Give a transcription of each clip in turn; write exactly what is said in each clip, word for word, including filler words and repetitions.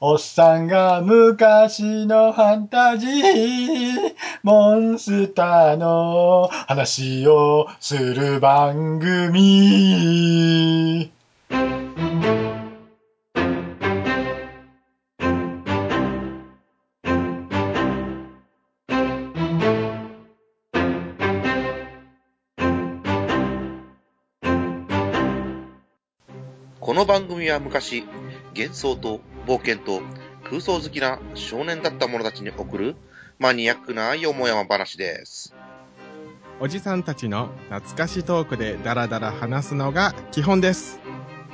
おっさんが昔のファンタジー、モンスターの話をする番組。 この番組は昔、幻想と冒険と空想好きな少年だった者たちに送るマニアックなよもやま話です。 おじさんたちの懐かしトークでダラダラ話すのが基本です。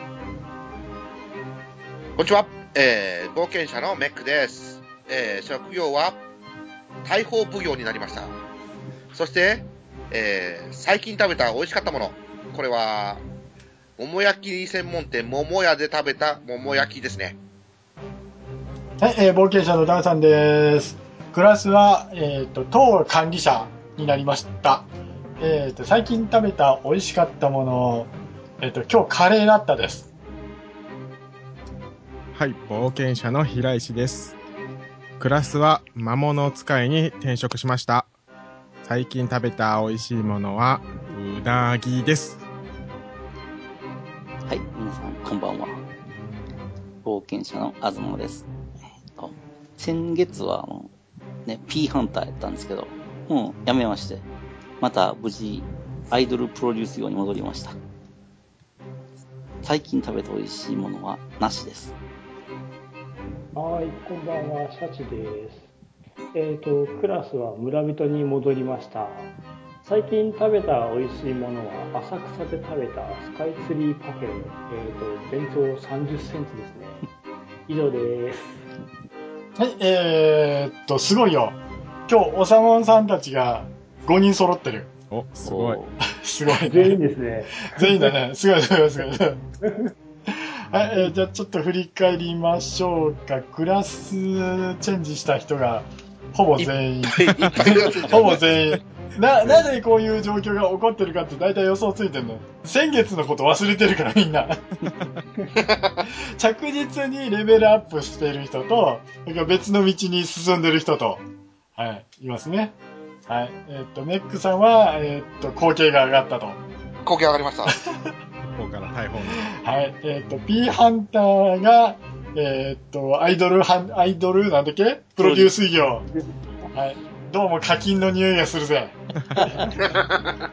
こんにちは、えー、冒険者のメックです。えー、職業は大砲奉行になりました。そして、えー、最近食べた美味しかったもの、これは桃焼き専門店桃屋で食べた桃焼きですね。 はい、えー、冒険者のダンさんです。クラスは、えっと、当管理者になりました。えっと、最近食べた美味しかったもの、えっと、今日カレーだったです。 はい、冒険者の平石です。クラスは魔物使いに転職しました。最近食べた美味しいものはうなぎです。 はい、皆さんこんばんは。冒険者の東です。先月はあの、ね、P ハンターやったんですけど、もうやめまして、また無事アイドルプロデュース業に戻りました。最近食べた美味しいものはなしです。 はい、こんばんは、シャチです。えっと、クラスは村人に戻りました。最近食べた美味しいものは浅草で食べたスカイツリーパフェ、えっと、全長さんじゅっセンチですね。以上です。 はい、えー、っと、すごいよ。今日、おさもんさんたちがごにん揃ってる。 お、すごい。 すごいね。 全員ですね。 全員だね。すごい、すごい、すごい。はい、えー、じゃあちょっと振り返りましょうか。クラスチェンジした人が、ほぼ全員。ほぼ全員。な、なぜこういう状況が起こってるかって大体予想ついてるの。先月のこと忘れてるからみんな。着実にレベルアップしている人と、それから別の道に進んでる人と、はい、いますね。はい。えっと、メックさんは、えっと、後継が上がったと。 後継上がりました。 ここから大砲に。 はい。えっと、P ハンターが、えっと、アイドルハン、アイドルなんだっけプロデュース業。はい。どうも課金の匂いがするぜ。はい。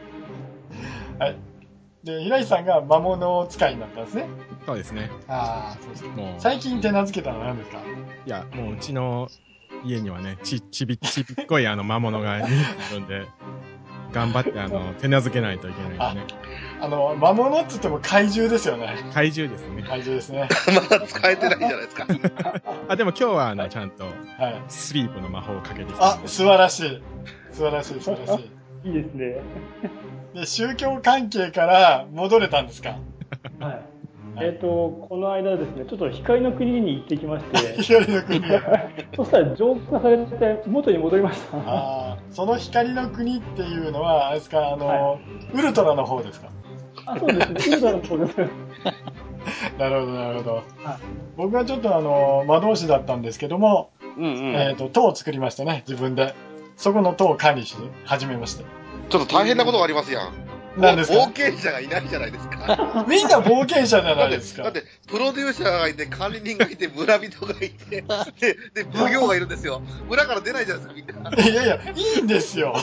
で、平石さんが魔物使いになったんですね。 そうですね。 ああ、そうですか。 もう最近手なずけたのは何ですか？ いや、もううちの家にはね、ち、ちび、ちびっこいあの魔物がにひきいるんで、頑張ってあの、手なずけないといけないんでね。 あの、魔物って言っても怪獣ですよね。 怪獣ですね。 怪獣ですね。 まだ使えてないじゃないですか。 あ、でも今日はあの、ちゃんと、 はい。 スリープの魔法をかけてきたあん、で。 素晴らしい。素晴らしい、素晴らしい。 いいですね。 で、宗教関係から戻れたんですか？ はい。えっと、この間ですね、ちょっと光の国に行ってきまして、 光の国。 そしたら浄化されて元に戻りました。 あー、その光の国っていうのは、あれですか、あの、 はウルトラの方ですか？ あ、そうですね、ウルトラの方です。 なるほど、なるほど。 はい。 僕はちょっとあの、魔導士だったんですけども、 うんうん。 えっと、塔を作りましたね、自分で。そこの塔を管理し始めました。 ちょっと大変なことがありますやん。 何ですか？ 冒険者がいないじゃないですか。 みんな冒険者じゃないですか。 だって、だってプロデューサーがいて、管理人がいて、村人がいて、で、で、奉行がいるんですよ。村から出ないじゃないですか、みんな。 いやいや、いいんですよ。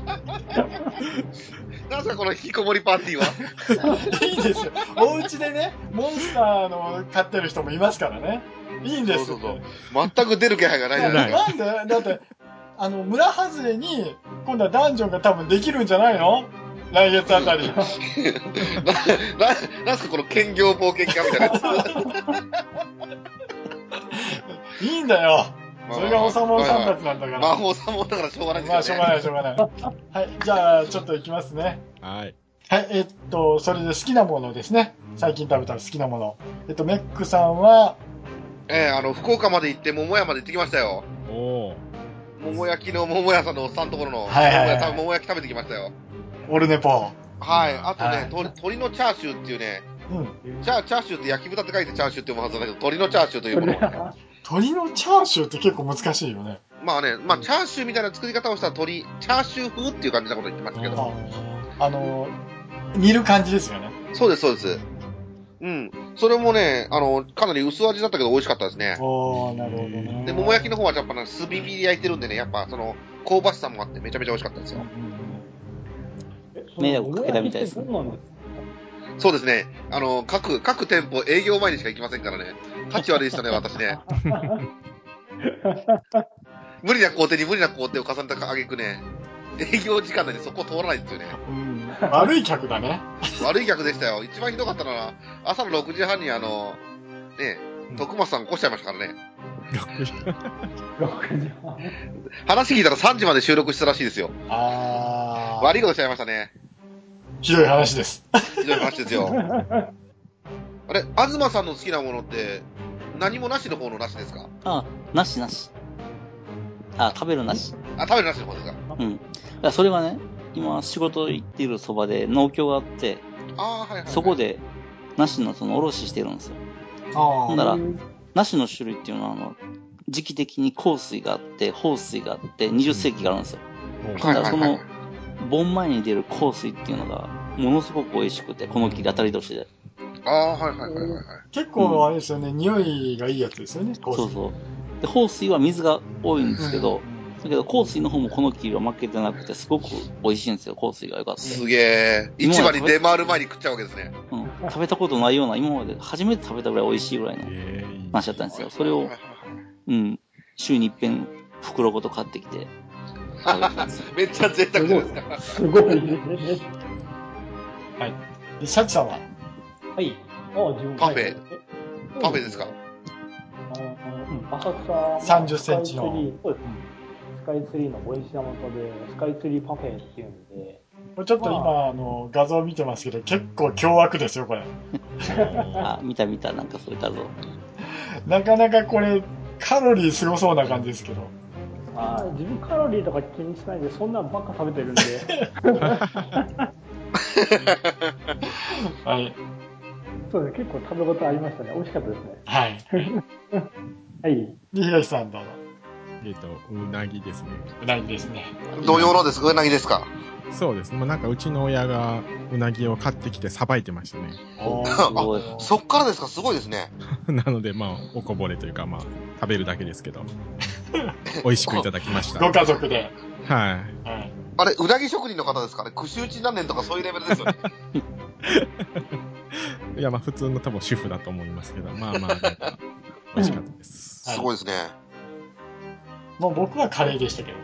なんすか、この引きこもりパーティーは。 いいんですよ。お家でね、モンスターの飼ってる人もいますからね。いいんですよ。 そうそうそう。全く出る気配がないじゃないですか。 なんでだって、あの、村外れに、今度はダンジョンが多分できるんじゃないの？来月あたり。 な、な、なんすか、この兼業冒険家みたいなやつ。 いいんだよ。それがおさもんさんたちなんだから。 魔法さんもだからしょうがないですよね。 まあ、しょうがない、しょうがない。はい、じゃあ、ちょっといきますね。 はい。 はい、えっと、それで好きなものですね。最近食べたら好きなもの。えっと、メックさんは、 ええー、あの、福岡まで行って、桃屋まで行ってきましたよ。 おー。 桃焼きの桃屋さんのおっさんのところの、 はいはいはい桃屋、桃焼き食べてきましたよ。 オルネポ。 はい。あとね、 はい鶏鶏のチャーシューっていうね、 うん。 チャー、チャーシューって焼き豚って書いてチャーシューって読むはずなんだけど、鶏のチャーシューというものをね、 鶏のチャーシューって結構難しいよね。 まあね、まあチャーシューみたいな作り方をしたら鶏、チャーシュー風っていう感じなこと言ってましたけど。 あの、煮る感じですよね。 そうです、そうです。うん。それもね、あの、かなり薄味だったけど美味しかったですね。 おー、なるほどね。 で、桃焼きの方はやっぱね、炭火で焼いてるんでね、やっぱその、香ばしさもあってめちゃめちゃ美味しかったですよ。 迷惑かけたみたいですね。 そうですね。あの、各、各店舗営業前にしか行きませんからね。価値悪いですよね、私ね。無理な工程に無理な工程を重ねた挙句ね、営業時間内でそこ通らないんですよね。 うん、悪い客だね。 悪い客でしたよ。一番ひどかったのは、朝のろくじはんにあの、ね、徳松さん起こしちゃいましたからね。 ろくじはん話聞いたらさんじまで収録したらしいですよ。 あー。 悪いことしちゃいましたね。 ひどい話です。 ひどい話ですよ。あれ、東さんの好きなものって、何もなしの方のなしですか？ あ、なしなし。あ、食べるなし。 あ、食べるなしの方ですか？ うん。だからそれがね、今仕事行っているそばで農協があって、 ああ、はいはい、はい。 そこで、なしのその、おろししてるんですよ。 あほんなら、なしの種類っていうのは、あの、時期的に香水があって、放水があって、にじゅっせいきがあるんですよ。だからその、盆前に出る香水っていうのが、ものすごく美味しくて、この木当たり年で。 ああ、はいはいはいはい。 結構あれですよね、うん、匂いがいいやつですよね、香水。 そうそう。で、放水は水が多いんですけど、うん、だけど香水の方もこの木は負けてなくて、すごく美味しいんですよ、香水がよかった。 すげえ。市場に出回る前に食っちゃうわけですね。 うん。食べたことないような、今まで初めて食べたぐらい美味しいぐらいの話だったんですよ。それを、うん、週に一遍袋ごと買ってきて食べてます。 めっちゃ贅沢ですか。 すごいね。 はい。で、シャチさんは？ はい。ああ、自分パフェ。パフェですか？ あの、浅草。 さんじゅっセンチの。 そうです。スカイツリーのお石山本で、スカイツリーパフェっていうんで。 これちょっと今、まあ、あの、画像見てますけど、結構凶悪ですよ、これ。 あ、見た見た、なんかそういう画像。 なかなかこれ、カロリーすごそうな感じですけど。 ああ、自分カロリーとか気にしないで、そんなんばっか食べてるんで。 はい。 そうですね、結構食べ応えありましたね。美味しかったですね。 はい。 はい。 で、東さんどうぞ。 えっと、うなぎですね。 うなぎですね。 同様のですか？うなぎですか？ そうです。もうなんかうちの親がうなぎを買ってきてさばいてましたね。 あ、そっからですか？すごいですね。 なので、まあ、おこぼれというか、まあ、食べるだけですけど、美味しくいただきました。 ご家族で。 はい。 はい、 あれ、うなぎ職人の方ですかね？串打ち何年とかそういうレベルですよね。 いや、まあ、普通の多分主婦だと思いますけど、まあまあ、なんか、美味しかったです。 すごいですね。 もう僕はカレーでしたけど。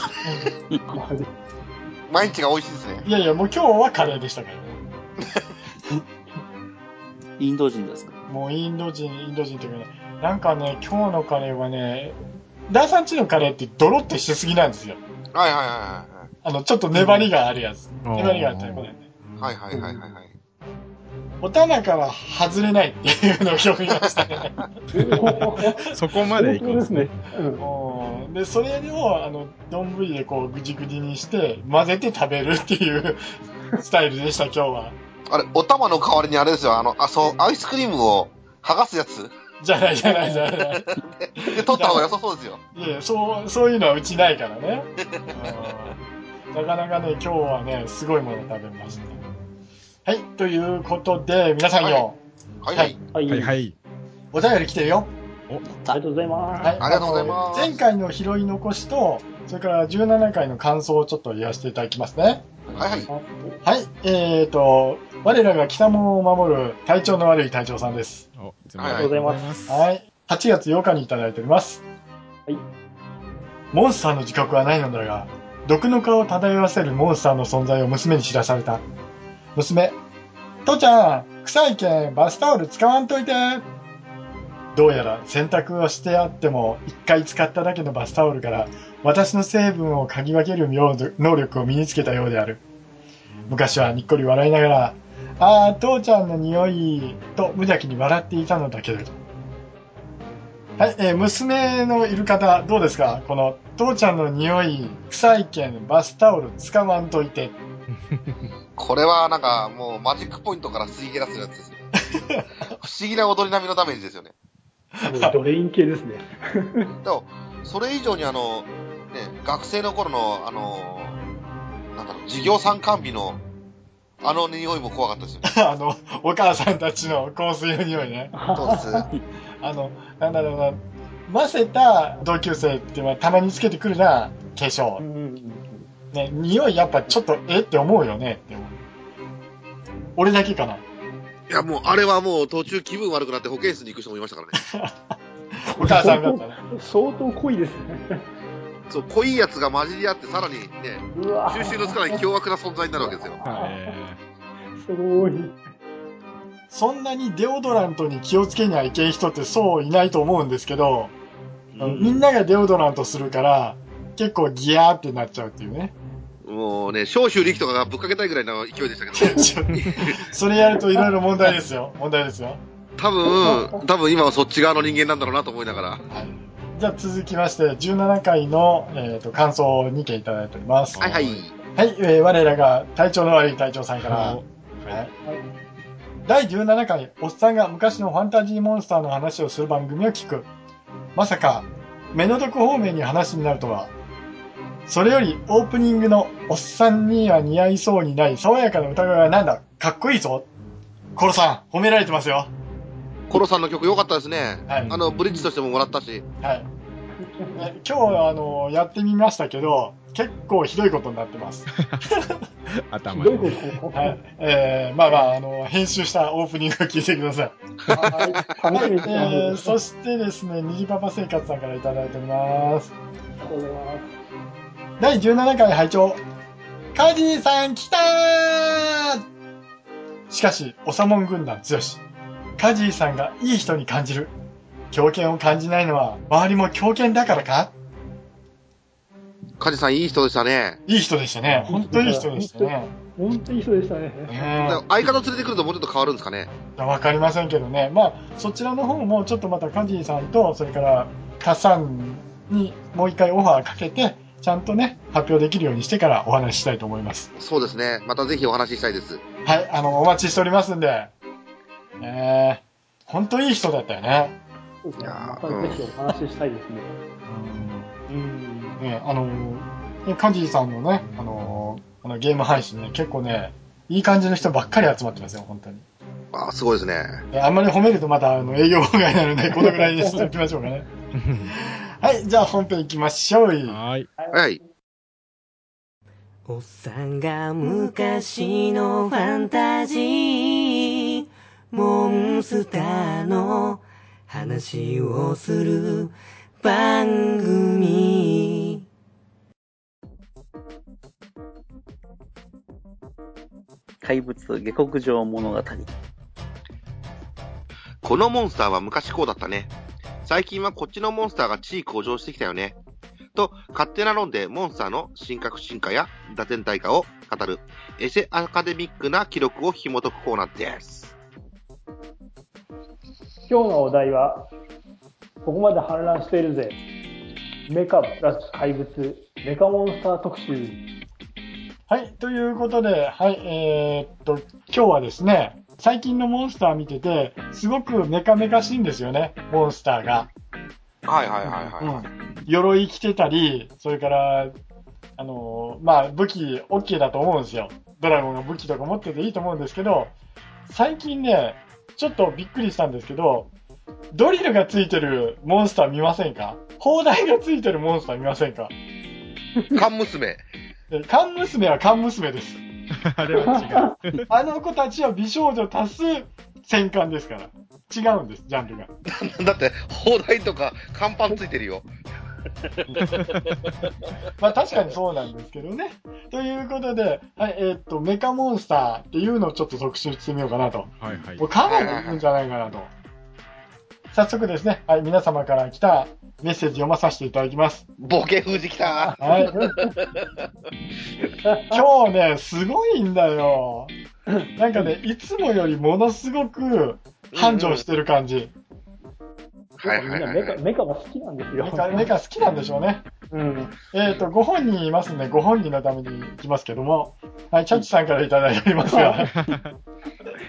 毎日が美味しいですね。 いやいや、もう今日はカレーでしたからね。 インド人ですか？ もうインド人、インド人というかね、なんかね、今日のカレーはね、ダーさんちのカレーってドロッとしすぎなんですよ。 はいはいはいはい。 あの、ちょっと粘りがあるやつ。うん、粘りがあるタイプなんで。 はいはいはいはいはい。 おたまかは外れないっていうのを表現しましたね。 そこまでいくんですね。 うん、で、それを、あの、丼でこう、ぐじぐじにして、混ぜて食べるっていうスタイルでした、今日は。 あれ、お玉の代わりにあれですよ、あの、あ、そう、アイスクリームを剥がすやつじゃないじゃないじゃない。 で、取った方が良さそうですよ。 いやそう、そういうのはうちないからね。なかなかね、今日はね、すごいもの食べました。はい、ということで、皆さんよ。 はいはい。 はいはい。はい、 お便り来てるよ。 お、ありがとうございます。 はい、ありがとうございます。 前回の拾い残しと、それからじゅうななかいの感想をちょっと言わせていただきますね。 はいはい。 はい、えーと、我らが北門を守る体調の悪い隊長さんです。 お、 ありがとうございます。 はい、はちがつようかにいただいております。 はい。 モンスターの自覚はないのだが、毒の顔を漂わせるモンスターの存在を娘に知らされた。娘、父ちゃん、臭いけんバスタオル使わんといて。どうやら洗濯をしてあっても一回使っただけのバスタオルから私の成分を嗅ぎ分ける能力を身につけたようである。昔はにっこり笑いながら、ああ、父ちゃんの匂いと無邪気に笑っていたのだけれど。はい、えー、娘のいる方どうですか？この父ちゃんの匂い、臭いけんバスタオル使わんといて。 これはなんかもうマジックポイントから吸い切らすやつですね。不思議な踊り並みのダメージですよね。 すごいドレイン系ですね。 でも、それ以上にあの、ね、学生の頃の、あの、なんだろう、授業参観日の、あの匂いも怖かったですよね。 あの、お母さんたちの香水の匂いね。 そうです。 あの、なんだろうな、ませた同級生っていうのはたまにつけてくるな、化粧。 うんうんうんね、匂いやっぱちょっと、えって思うよねって思う。俺だけかな。 いや、もう、あれはもう途中気分悪くなって保健室に行く人もいましたからね。 お母さん方ね。 相当濃いですね。 そう、濃いやつが混じり合ってさらにね、 うわ収集のつかない凶悪な存在になるわけですよ。 すごい。 そんなにデオドラントに気をつけにはいけん人ってそういないと思うんですけど、うん、みんながデオドラントするから、結構ギヤーってなっちゃうっていうね。 もうね、消臭力とかがぶっかけたいぐらいの勢いでしたけど。 それやるといろいろ問題ですよ。問題ですよ。 多分、多分今はそっち側の人間なんだろうなと思いながら。はい。 じゃあ続きまして、じゅうななかいの、えー、と感想をにけんいただいております。 はいはい。 はい、えー、我らが体調の悪い隊長さんから。はい。はい、だいじゅうななかい、おっさんが昔のファンタジーモンスターの話をする番組を聞く。まさか、目の毒方面に話になるとは。それよりオープニングのおっさんには似合いそうにない爽やかな歌声はなんだかっこいいぞ。コロさん、褒められてますよ。 コロさんの曲良かったですね。はい。あの、ブリッジとしてももらったし。 はい。今日、あの、やってみましたけど、結構ひどいことになってます。 頭ひどいことはい。えー、まあまあ、あの、編集したオープニングを聞いてください。 はい。楽しみにしてます。 えー、そしてですね、にじパパ生活さんからいただいております。 ありがとうございます。 だいじゅうななかい拝聴。カジーさん来たー！しかし、おさもん軍団強し。カジーさんがいい人に感じる。狂犬を感じないのは、周りも狂犬だからか？ カジさんいい人でしたね。 いい人でしたね。本当にいい人でしたね。 本当にいい人でしたね。 相方連れてくるともうちょっと変わるんですかね。 わかりませんけどね。まあ、そちらの方もちょっとまたカジーさんと、それからカさんにもう一回オファーかけて、ちゃんとね、発表できるようにしてからお話ししたいと思います。 そうですね。またぜひお話ししたいです。 はい、あの、お待ちしておりますんで。えー、本当にいい人だったよね。 そうですね。またぜひお話ししたいですね。 うん。うん。ね、あの、カジーさんのね、あの、あのゲーム配信ね、結構ね、いい感じの人ばっかり集まってますよ、本当に。 ああ、すごいですね。 あんまり褒めるとまたあの営業妨害なので、このぐらいにしておきましょうかね。はい、じゃあ本編行きましょう。 はい。 はい。 おっさんが昔のファンタジーモンスターの話をする番組。 怪物下克上物語。 このモンスターは昔こうだったね。最近はこっちのモンスターが地位向上してきたよね。と、勝手な論でモンスターの神格進化や打点対価を語るエセアカデミックな記録を紐解くコーナーです。 今日のお題は、ここまで反乱しているぜ。メカプラス怪物、メカモンスター特集。 はい、ということで、はい、えー、っと、今日はですね、最近のモンスター見てて、すごくメカメカしいんですよね、モンスターが。 はいはいはいはい。 うん。鎧着てたり、それから、あのー、まあ、武器 OK だと思うんですよ。ドラゴンが武器とか持ってていいと思うんですけど、最近ね、ちょっとびっくりしたんですけど、ドリルがついてるモンスター見ませんか？砲台がついてるモンスター見ませんか？ カン娘。 カン娘はカン娘です。 あれは違う。 あの子たちは美少女足す戦艦ですから。違うんです、ジャンルが。 だって、砲台とか甲板ついてるよ。 まあ確かにそうなんですけどね。ということで、はい、えー、っと、メカモンスターっていうのをちょっと特集してみようかなと。 はいはい。 もうかなりいるんじゃないかなと。早速ですね、はい、皆様から来たメッセージ読まさせていただきます。 ボケ封じきた。 はい。今日ね、すごいんだよ。なんかね、いつもよりものすごく繁盛してる感じ。 はいはいはい。 みんなメカ、メカが好きなんですよ。 メカ、メカ好きなんでしょうね。 うん。 えっと、ご本人いますね。ご本人のために行きますけども。はい、チャッチさんからいただいておりますが。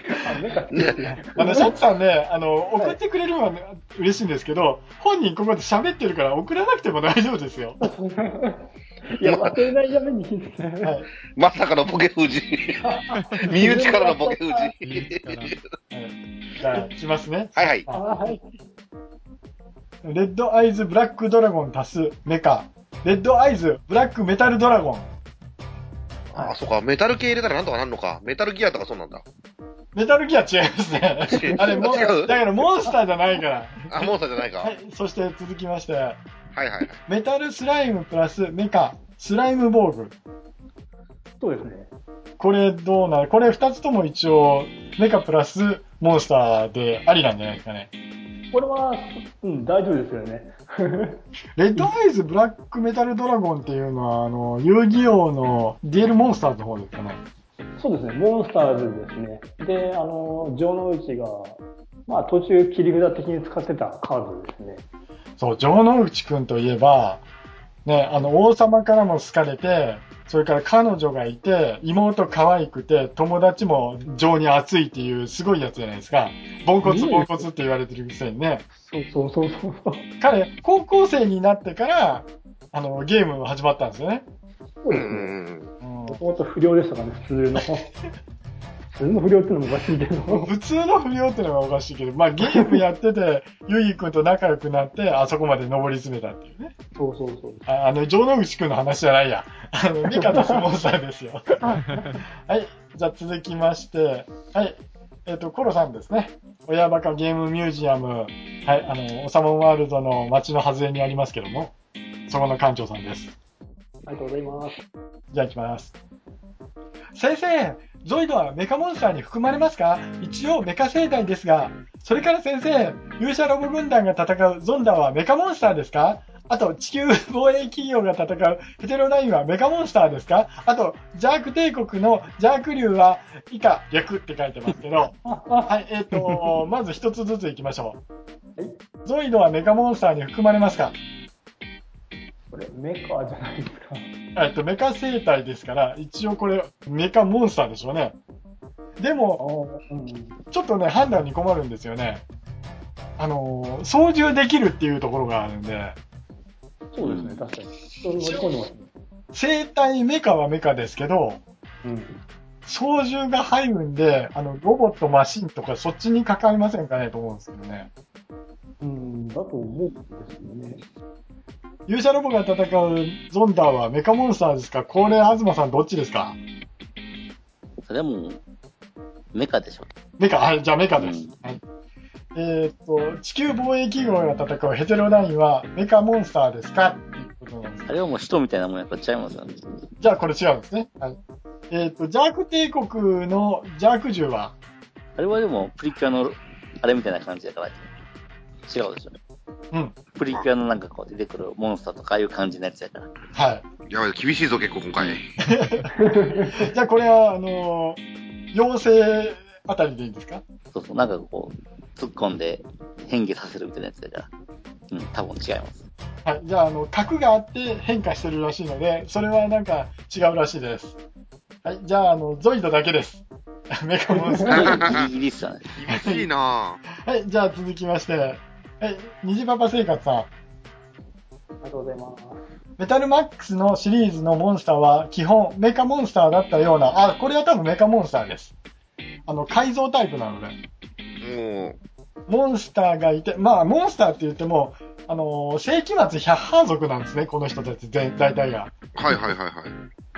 メカってですね。 あの、シャツさんね、あの、送ってくれるのは、ね、嬉しいんですけど、本人ここで喋ってるから送らなくても大丈夫ですよ。 いや、忘れないためにいいですね。はい。 まさかのボケ封じ。身内からのボケ封じ。はい、 じゃあ、来ますね。 はいはい。 はい。 レッドアイズブラックドラゴン足すメカ。レッドアイズブラックメタルドラゴン。 ああ、そうか。メタル系入れたらなんとかなるのか。メタルギアとかそうなんだ。 メタルギア違いますね。あれ、もう、だからモンスターじゃないから。 あ、モンスターじゃないか。 はい。そして続きまして。 はいはいはい。 メタルスライムプラスメカ、スライム防具。 そうですね。 これどうなる？これ二つとも一応、メカプラスモンスターでありなんじゃないですかね。 これは、うん、大丈夫ですよね。 レッドアイズブラックメタルドラゴンっていうのは、あの、遊戯王のデュエルモンスターズの方ですかね。 そうですね、モンスターズですね。で、あの、城之内が、まあ途中切り札的に使ってたカードですね。 そう、城之内くんといえば、ね、あの、王様からも好かれて、それから彼女がいて、妹可愛くて、友達も情に熱いっていうすごいやつじゃないですか。ポンコツポンコツって言われてるくせにね。 そうそうそうそう。 彼、高校生になってから、あの、ゲーム始まったんですよね。 そうですね。もともと不良でしたからね、普通の。普通の不良ってのもおかしいけど。 普通の不良ってのがおかしいけど、まあゲームやってて、ゆいくんと仲良くなって、あそこまで上り詰めたっていうね。 そうそうそう。 あ, あの、城之内くんの話じゃないや。あの、ミカとスモンスターですよ。はい。じゃあ続きまして、はい。えっ、ー、と、コロさんですね。親バカゲームミュージアム。はい。あの、オサモンワールドの街の外れにありますけども、そこの館長さんです。 ありがとうございます。 じゃあ行きます。先生、ゾイドはメカモンスターに含まれますか？一応メカ生態ですが。それから先生、勇者ロボ軍団が戦うゾンダーはメカモンスターですか？あと、地球防衛企業が戦うヘテロダインはメカモンスターですか？あと、ジャーク帝国のジャーク竜は以下略って書いてますけど。はい、えっと、まず一つずつ行きましょう。はい、ゾイドはメカモンスターに含まれますか？ これ、メカじゃないですか。 えっと、メカ生態ですから、一応これ、メカモンスターでしょうね。でも、うん、ちょっとね、判断に困るんですよね。あのー、操縦できるっていうところがあるんで。 そうですね、確かに。乗り込んでますね。 生態メカはメカですけど、うん、操縦が入るんで、あの、ロボット、マシンとかそっちに関わりませんかねと思うんですけどね。 うん、だと思うんですよね。 勇者ロボが戦うゾンダーはメカモンスターですか？これ、東さんどっちですか？ それも、メカでしょ。 メカ、はい、じゃあメカです。うん、はい、えー、っと、地球防衛企業が戦うヘテロダインはメカモンスターですかっていうことなんです。 あれはもう人みたいなもんやからちゃいますよね。 じゃあこれ違うんですね。はい。えー、っと、ジャーク帝国のジャーク銃はあれはでもプリキュアのあれみたいな感じだから違うでしょ。うん。プリキュアのなんかこう出てくるモンスターとかああいう感じのやつやから。 はい。 いや、厳しいぞ結構今回。 じゃあこれは、あのー、妖精あたりでいいんですか？ そうそう、なんかこう、突っ込んで変化させるみたいなやつだから。うん、多分違います。 はい。じゃあ、あの、核があって変化してるらしいので、それはなんか違うらしいです。はい。じゃあ、あの、ゾイドだけです。メカモンスター。 ギリギリっすよね。 厳しいなぁ。はい。じゃあ続きまして、はい。虹パパ生活さん。 ありがとうございます。 メタルマックスのシリーズのモンスターは基本メカモンスターだったような、あ、これは多分メカモンスターです。あの、改造タイプなので。もう。モンスターがいて、まあ、モンスターって言っても、あの、世紀末百般族なんですね、この人たち、全大体が。 はいはいはいはい。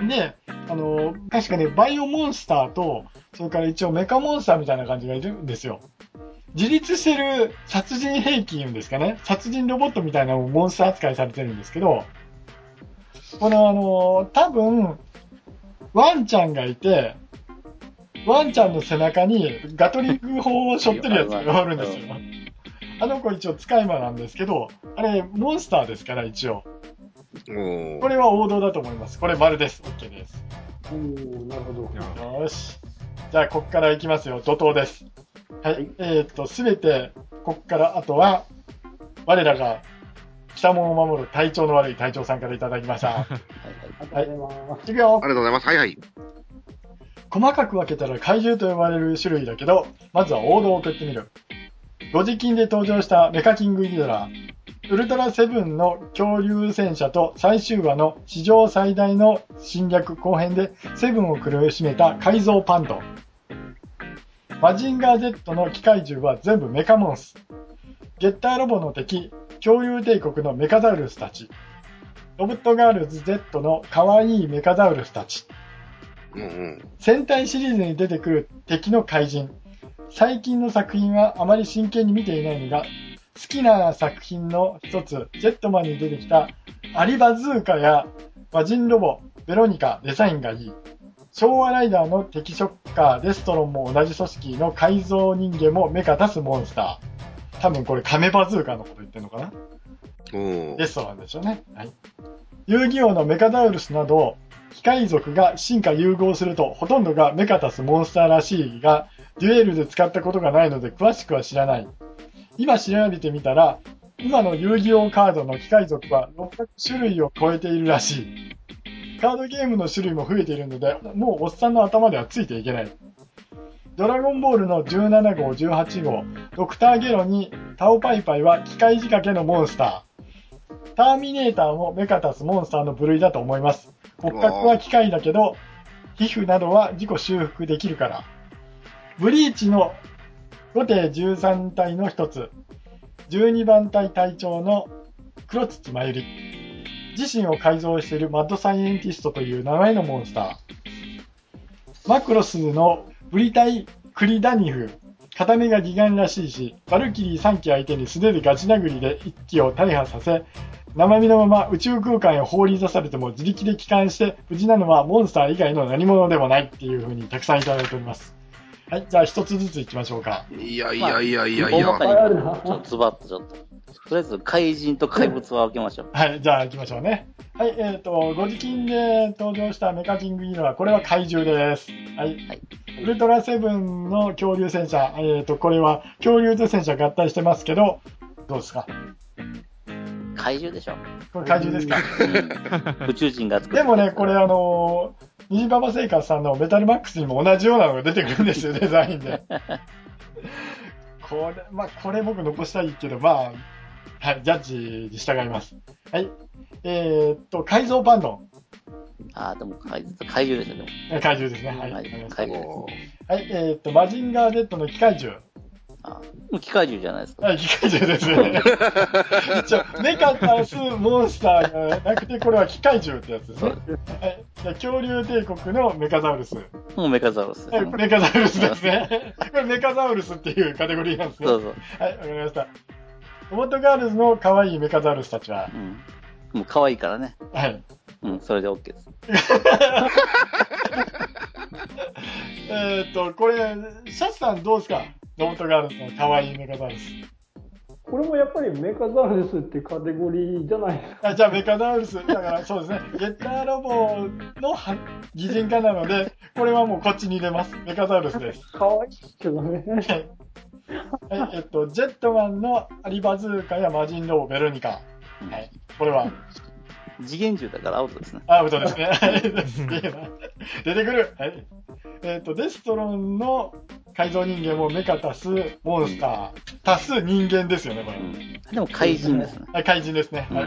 で、あの、確かね、バイオモンスターと、それから一応メカモンスターみたいな感じがいるんですよ。自立してる殺人兵器言うんですかね。殺人ロボットみたいなのもモンスター扱いされてるんですけど、このあの、多分、ワンちゃんがいて、ワンちゃんの背中にガトリング砲を背負ってるやつがおるんですよ。あの子一応使い魔なんですけど、あれモンスターですから一応。これは王道だと思います。これ丸です。OK です。 おー、なるほど。 よし。じゃあこっから行きますよ。怒涛です。はい。はい、えー、っと、すべて、こっからあとは、我らが北門を守る体調の悪い隊長さんからいただきました。はい。 ありがとうございます。いくよ。ありがとうございます。はいはい。 細かく分けたら怪獣と呼ばれる種類だけど、まずは王道を送ってみる。ゴジキンで登場したメカキングギドラ、ウルトラセブンの恐竜戦車と最終話の史上最大の侵略後編でセブンを苦しめた改造パンド。マジンガー Z の機械獣は全部メカモンス。ゲッターロボの敵、恐竜帝国のメカザウルスたち。ロボットガールズ Z の可愛いメカザウルスたち。 うんうん、 戦隊シリーズに出てくる敵の怪人。最近の作品はあまり真剣に見ていないのが、好きな作品の一つ、ジェットマンに出てきたアリバズーカや魔人ロボ、ベロニカ、デザインがいい。昭和ライダーの敵ショッカー、デストロンも同じ組織の改造人間もメカ出すモンスター。多分これカメバズーカのこと言ってるのかな。デストロンでしょうね。はい。遊戯王のメカザウルスなど、機械族が進化融合するとほとんどがメカタスモンスターらしいが、デュエルで使ったことがないので詳しくは知らない。今調べてみたら、今の遊戯王カードの機械族はろっぴゃくしゅるいを超えているらしい。カードゲームの種類も増えているので、もうおっさんの頭ではついていけない。ドラゴンボールのじゅうななごう、じゅうはちごう、ドクターゲロにタオパイパイは機械仕掛けのモンスター。ターミネーターもメカタスモンスターの部類だと思います。骨格は機械だけど、皮膚などは自己修復できるから。ブリーチの後手じゅうさんたいの一つ、じゅうにばん隊隊長の黒土まゆり。自身を改造しているマッドサイエンティストという名前のモンスター。マクロスのブリタイクリダニフ。片目がギガンらしいし、バルキリーさんき相手に素手でガチ殴りでいっきを大破させ、生身のまま宇宙空間へ放り出されても自力で帰還して無事なのはモンスター以外の何者でもないっていう風にたくさんいただいております。はい、じゃあ一つずつ行きましょうか。 いやいやいやいやいや。 大まかにちょっとズバッとちょっと。とりあえず怪人と怪物は分けましょう。 はい、じゃあ行きましょうね。はい、えっ、ー、と、ゴジキンで登場したメカキングギドラ、これは怪獣です。はい。はい、ウルトラセブンの恐竜戦車、えっ、ー、と、これは恐竜と戦車合体してますけど、どうですか？ 怪獣でしょ。 これ怪獣ですか？ 宇宙人が作る。 でもね、これあのー、虹パパ生活さんのメタルマックスにも同じようなのが出てくるんですよ、デザインで。これ、まあ、これ僕残したいけど、まあ、はい、ジャッジに従います。はい。えー、っと、改造バンドン。 あー、でも怪獣、怪獣ですよ、でも。 怪獣ですね。はい。 はい、怪獣です。 はい、えー、っと、マジンガー Z の機械獣。 あ、もう機械獣じゃないですか。 はい、機械獣ですね。一応、メカタスモンスターがなくて、これは機械獣ってやつですね。はい。じゃ恐竜帝国のメカザウルス。 もうメカザウルスですね。 はい、メカザウルスですね。これメカザウルスっていうカテゴリーなんですね。 そうそう。 はい、わかりました。ロボットガールズの可愛いメカザウルスたちは。 うん。もう可愛いからね。 はい。 うん、それで OK です。 えっと、これ、シャツさんどうですか？ロボットガールズの可愛いメカザウルス。 これもやっぱりメカザウルスってカテゴリーじゃないですか。 あ、じゃあメカザウルス。だからそうですね。ゲッターロボの擬人化なので、これはもうこっちに入れます。メカザウルスです。 可愛いけどね。 はい、えっと、ジェットマンのアリバズーカや魔人ロボ、ベロニカ。はい。これは次元銃だからアウトですね。 アウトですね。すげえな。出てくる。はい。えっと、デストロンの改造人間もメカ足すモンスター。足す人間ですよね、これ。うん、 でも怪人ですね。 はい、怪人ですね。はい。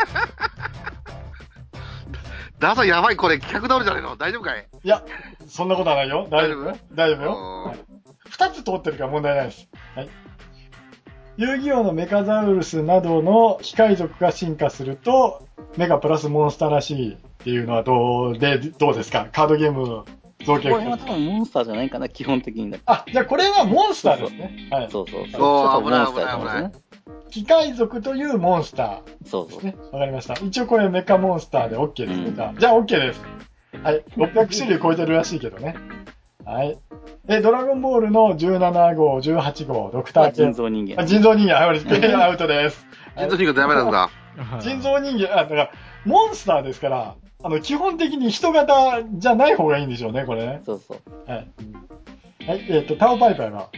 ダーさんやばい、これ企画倒れじゃねえの？大丈夫かい？ いや、そんなことはないよ。大丈夫よ。大丈夫よ。二つ通ってるから問題ないです。はい。遊戯王のメカザウルスなどの機械族が進化すると、メガプラスモンスターらしいっていうのはどうで、どうですか？カードゲーム造形。 これは多分モンスターじゃないかな、基本的に。 あ、じゃあこれはモンスターですね。はい。 そうそう。そう、 ちょっと危ない危ない危ない。 機械族というモンスター、ね。 そうそう。 わかりました。一応これメカモンスターで OK ですね。うん、じゃあ、じゃあ OK です。はい。ろっぴゃくしゅるい超えてるらしいけどね。はい。え、ドラゴンボールのじゅうななごう、じゅうはちごう、ドクター人造人間。 あ、人造人間、はい、アウトです。 人造人間ダメなんだ。 人造人間、あ、だから、モンスターですから、あの、基本的に人型じゃない方がいいんでしょうね、これね。 そうそう。 はい。はい、えっと、タオパイパイは、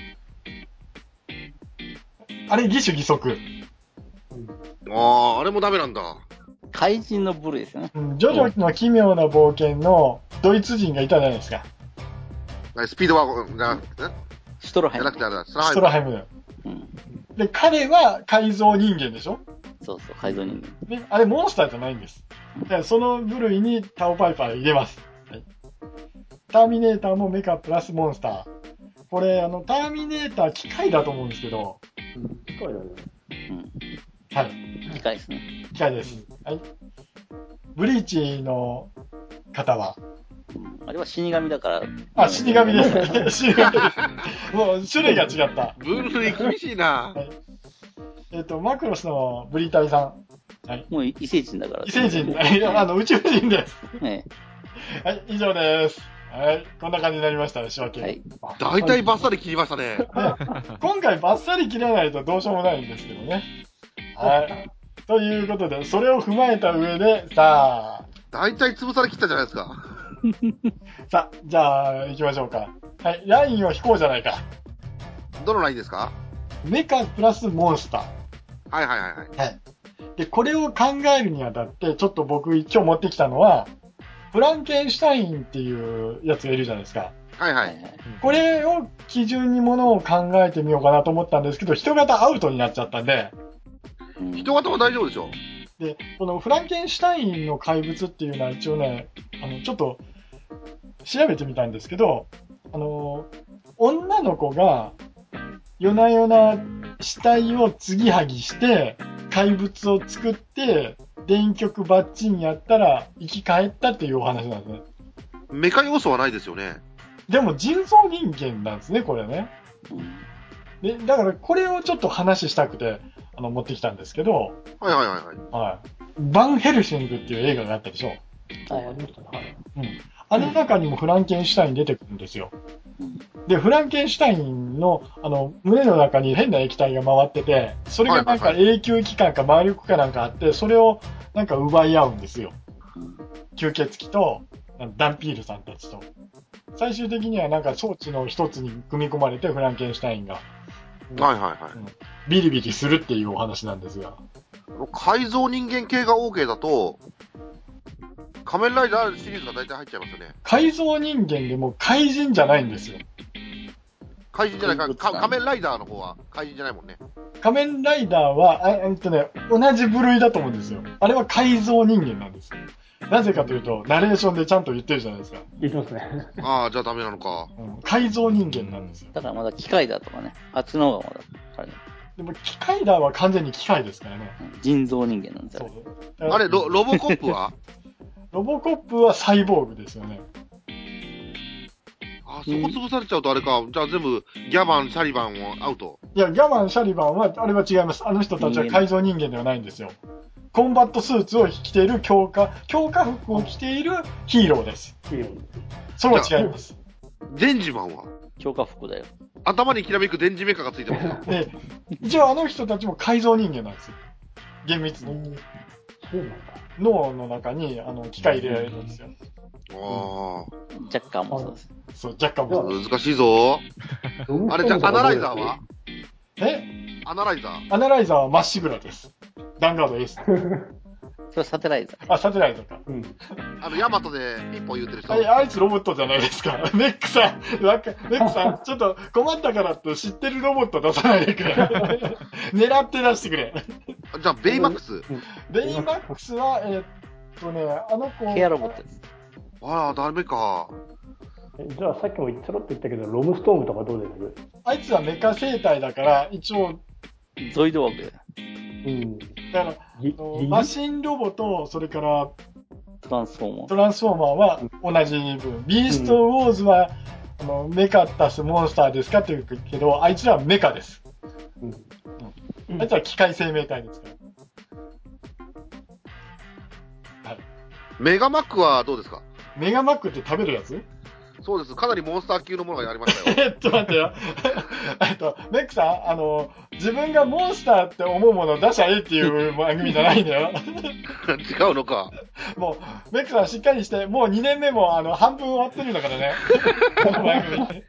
あれ、義手義足。 ああ、あれもダメなんだ。 怪人の部類ですよね。 うん、ジョジョの奇妙な冒険のドイツ人がいたじゃないですか。 スピードワゴンじゃなくて、 シュトロハイム。 じゃなくてあれだ、スストラハイムだよ。 うん。 で、彼は改造人間でしょ？ そうそう、改造人間。 で、あれモンスターじゃないんです。だからその部類にタオパイパー入れます。はい。ターミネーターもメカプラスモンスター。これ、あの、ターミネーター機械だと思うんですけど。 機械だね。 うん。 はい。 機械ですね。 機械です。はい。ブリーチの方は、 うん、あれは死神だから。 あ、死神です。死神です。もう種類が違った。 分類厳しいな。 はい。えっ、ー、と、マクロスのブリータイさん。はい。 もう異星人だから。 異星人、あの、宇宙人です。 ね、 はい、以上です。はい、こんな感じになりましたね、仕分け。はい。 大体バッサリ切りましたね。 ね、今回バッサリ切らないとどうしようもないんですけどね。はい。ということで、それを踏まえた上で、さあ。 大体潰され切ったじゃないですか。 さあ、じゃあ、行きましょうか。はい、ラインを引こうじゃないか。 どのラインですか？ メカプラスモンスター。 はいはいはいはい。 はい。で、これを考えるにあたって、ちょっと僕今日持ってきたのは、フランケンシュタインっていうやつがいるじゃないですか。 はいはい。 これを基準にものを考えてみようかなと思ったんですけど、人型アウトになっちゃったんで。 人型は大丈夫でしょ。 で、このフランケンシュタインの怪物っていうのは一応ね、あの、ちょっと調べてみたんですけど、あの、女の子が夜な夜な死体を継ぎはぎして、怪物を作って、電極バッチンやったら生き返ったっていうお話なんですね。 メカ要素はないですよね。 でも人造人間なんですね、これね。で、だからこれをちょっと話したくて、あの、持ってきたんですけど。 はいはいはいはい。 はい。バンヘルシングっていう映画があったでしょ。 はい、ありましたね。はい。 うん。あの中にもフランケンシュタイン出てくるんですよ。で、フランケンシュタインの、あの、胸の中に変な液体が回ってて、それがなんか永久期間か魔力かなんかあって、それをなんか奪い合うんですよ。吸血鬼と、ダンピールさんたちと。最終的にはなんか装置の一つに組み込まれて、フランケンシュタインが。 はいはいはい、うん。 ビリビリするっていうお話なんですが。 改造人間系が OK だと、仮面ライダーシリーズが大体入っちゃいますよね。 改造人間でも怪人じゃないんですよ。 怪人じゃないか、か仮面ライダーの方は怪人じゃないもんね。 仮面ライダーは、あ、えっとね、同じ部類だと思うんですよ。あれは改造人間なんですよ。なぜかというと、ナレーションでちゃんと言ってるじゃないですか。 言ってますね。 ああ、じゃあダメなのか。 うん、改造人間なんですよ。 だからまだ機械だとかね。あっちの方がまだ、あれね。 でも機械だは完全に機械ですからね。 人造人間なんですよ。 あれ、ロ、ロボコップはロボコップはサイボーグですよね。 あ、そこ潰されちゃうとあれか。じゃあ全部、ギャバン、シャリバンをアウト。 いや、ギャバン、シャリバンは、あれは違います。あの人たちは改造人間ではないんですよ。コンバットスーツを着ている強化、強化服を着ているヒーローです。ヒーロー。それは違います。 デンジマンは強化服だよ。 頭にきらめく電磁メカがついてますよ。 で、一応あの人たちも改造人間なんですよ。厳密に。 そうなんだ。 脳の中に、あの、機械入れられるんですよ。 ああ。 若干もそうです。 そう、若干もそうです。難しいぞ。あれ、じゃあ、アナライザーはえアナライザーアナライザーはまっしぐらです。ダンガードエース。 それサテライザー。 あ、サテライトか。うん。 あの、ヤマトでピッポ言ってる人。 あ、あいつロボットじゃないですか。メックさん、なんか、メックさん、ちょっと困ったからって知ってるロボット出さないでくれ。狙って出してくれ。 じゃあ、ベイマックス。 ベイマックスは、えー、っとね、あの子。 ケアロボットです。 ああ、ダメか。 じゃあ、さっきもちょろっと言ったけど、ロムストームとかどうです？ あいつはメカ生態だから、一応。 ゾイドワークで。 うん。だから、マシンロボと、それから、 トランスフォーマー。 トランスフォーマーは同じ分。ビーストウォーズは、あの、メカ足すモンスターですかって言うけど、あいつらはメカです。うん。うん、あいつは機械生命体ですから。はい。 メガマックはどうですか？ メガマックって食べるやつ？ そうです。かなりモンスター級のものがありましたよ。 えっと、待ってよ。えっと、メックさん、あの、自分がモンスターって思うものを出しゃえっていう番組じゃないんだよ。 違うのか。 もう、メックさんしっかりして、もうにねんめも、あの、半分終わってるんだからね。この番組。ね。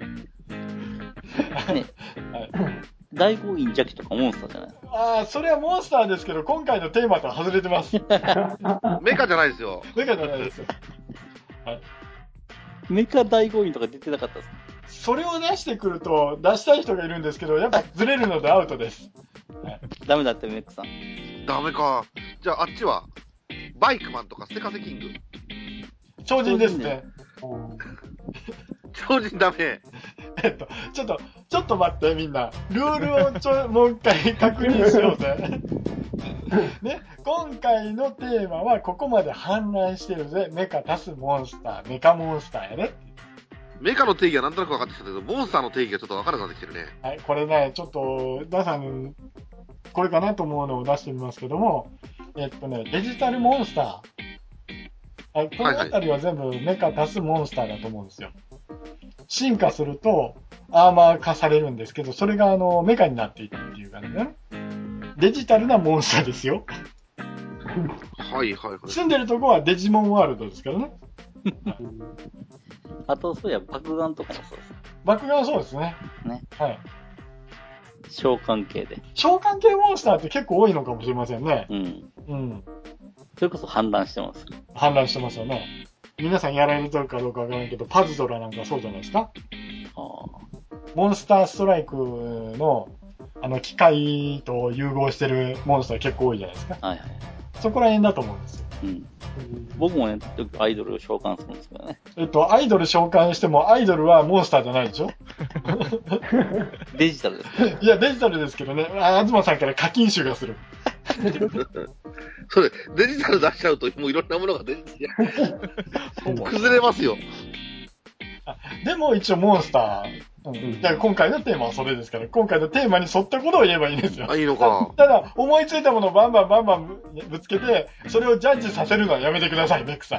はい。大豪院邪気とかモンスターじゃない？ ああ、それはモンスターですけど、今回のテーマとは外れてます。 メカじゃないですよ。 メカじゃないですよ。はい。 メカ大豪院とか出てなかったですそれを出してくると、出したい人がいるんですけど、やっぱずれるのでアウトです。 はい、ダメだって、メックさん。 ダメか。じゃあ、あっちは、バイクマンとかステカセキング。 超人ですね。 超人ダメ。 えっと、ちょっと、ちょっと待って、みんな。ルールをちょ、もう一回確認しようぜ。ね、今回のテーマは、ここまで氾濫してるぜ。メカ足すモンスター、メカモンスターやね。 メカの定義はなんとなく分かってきたけど、モンスターの定義がちょっと分からなくなってきてるね。 はい、これね、ちょっと、ダさん、これかなと思うのを出してみますけども、えっとね、デジタルモンスター。はい、このあたりは全部メカ足すモンスターだと思うんですよ。進化するとアーマー化されるんですけど、それがあのメカになっていくっていう感じね。デジタルなモンスターですよ。 はいはいはい。 住んでるとこはデジモンワールドですからね。 あと、そういや、爆弾とかもそうです。 爆弾はそうですね。 ね。 はい。 召喚系で。 召喚系モンスターって結構多いのかもしれませんね。 うん。 うん。 それこそ氾濫してます。 氾濫してますよね。皆さんやられてるかどうかわからないけど、パズドラなんかそうじゃないですか。 あモンスターストライクの、あの、機械と融合してるモンスター結構多いじゃないですか。 はいはい。 そこら辺だと思うんですよ。 うん。僕もね、アイドルを召喚するんですけどね。 えっと、アイドル召喚しても、アイドルはモンスターじゃないでしょデジタルです。 いや、デジタルですけどね、あ東さんから課金集がする。 それ、デジタル出しちゃうと、もういろんなものが出てきて、崩れますよ。 でも一応モンスター、うん、だから今回のテーマはそれですから、今回のテーマに沿ったことを言えばいいんですよ。 あ、いいのか。 ただ、思いついたものをバンバンバンバンぶつけて、それをジャッジさせるのはやめてください、メックさん。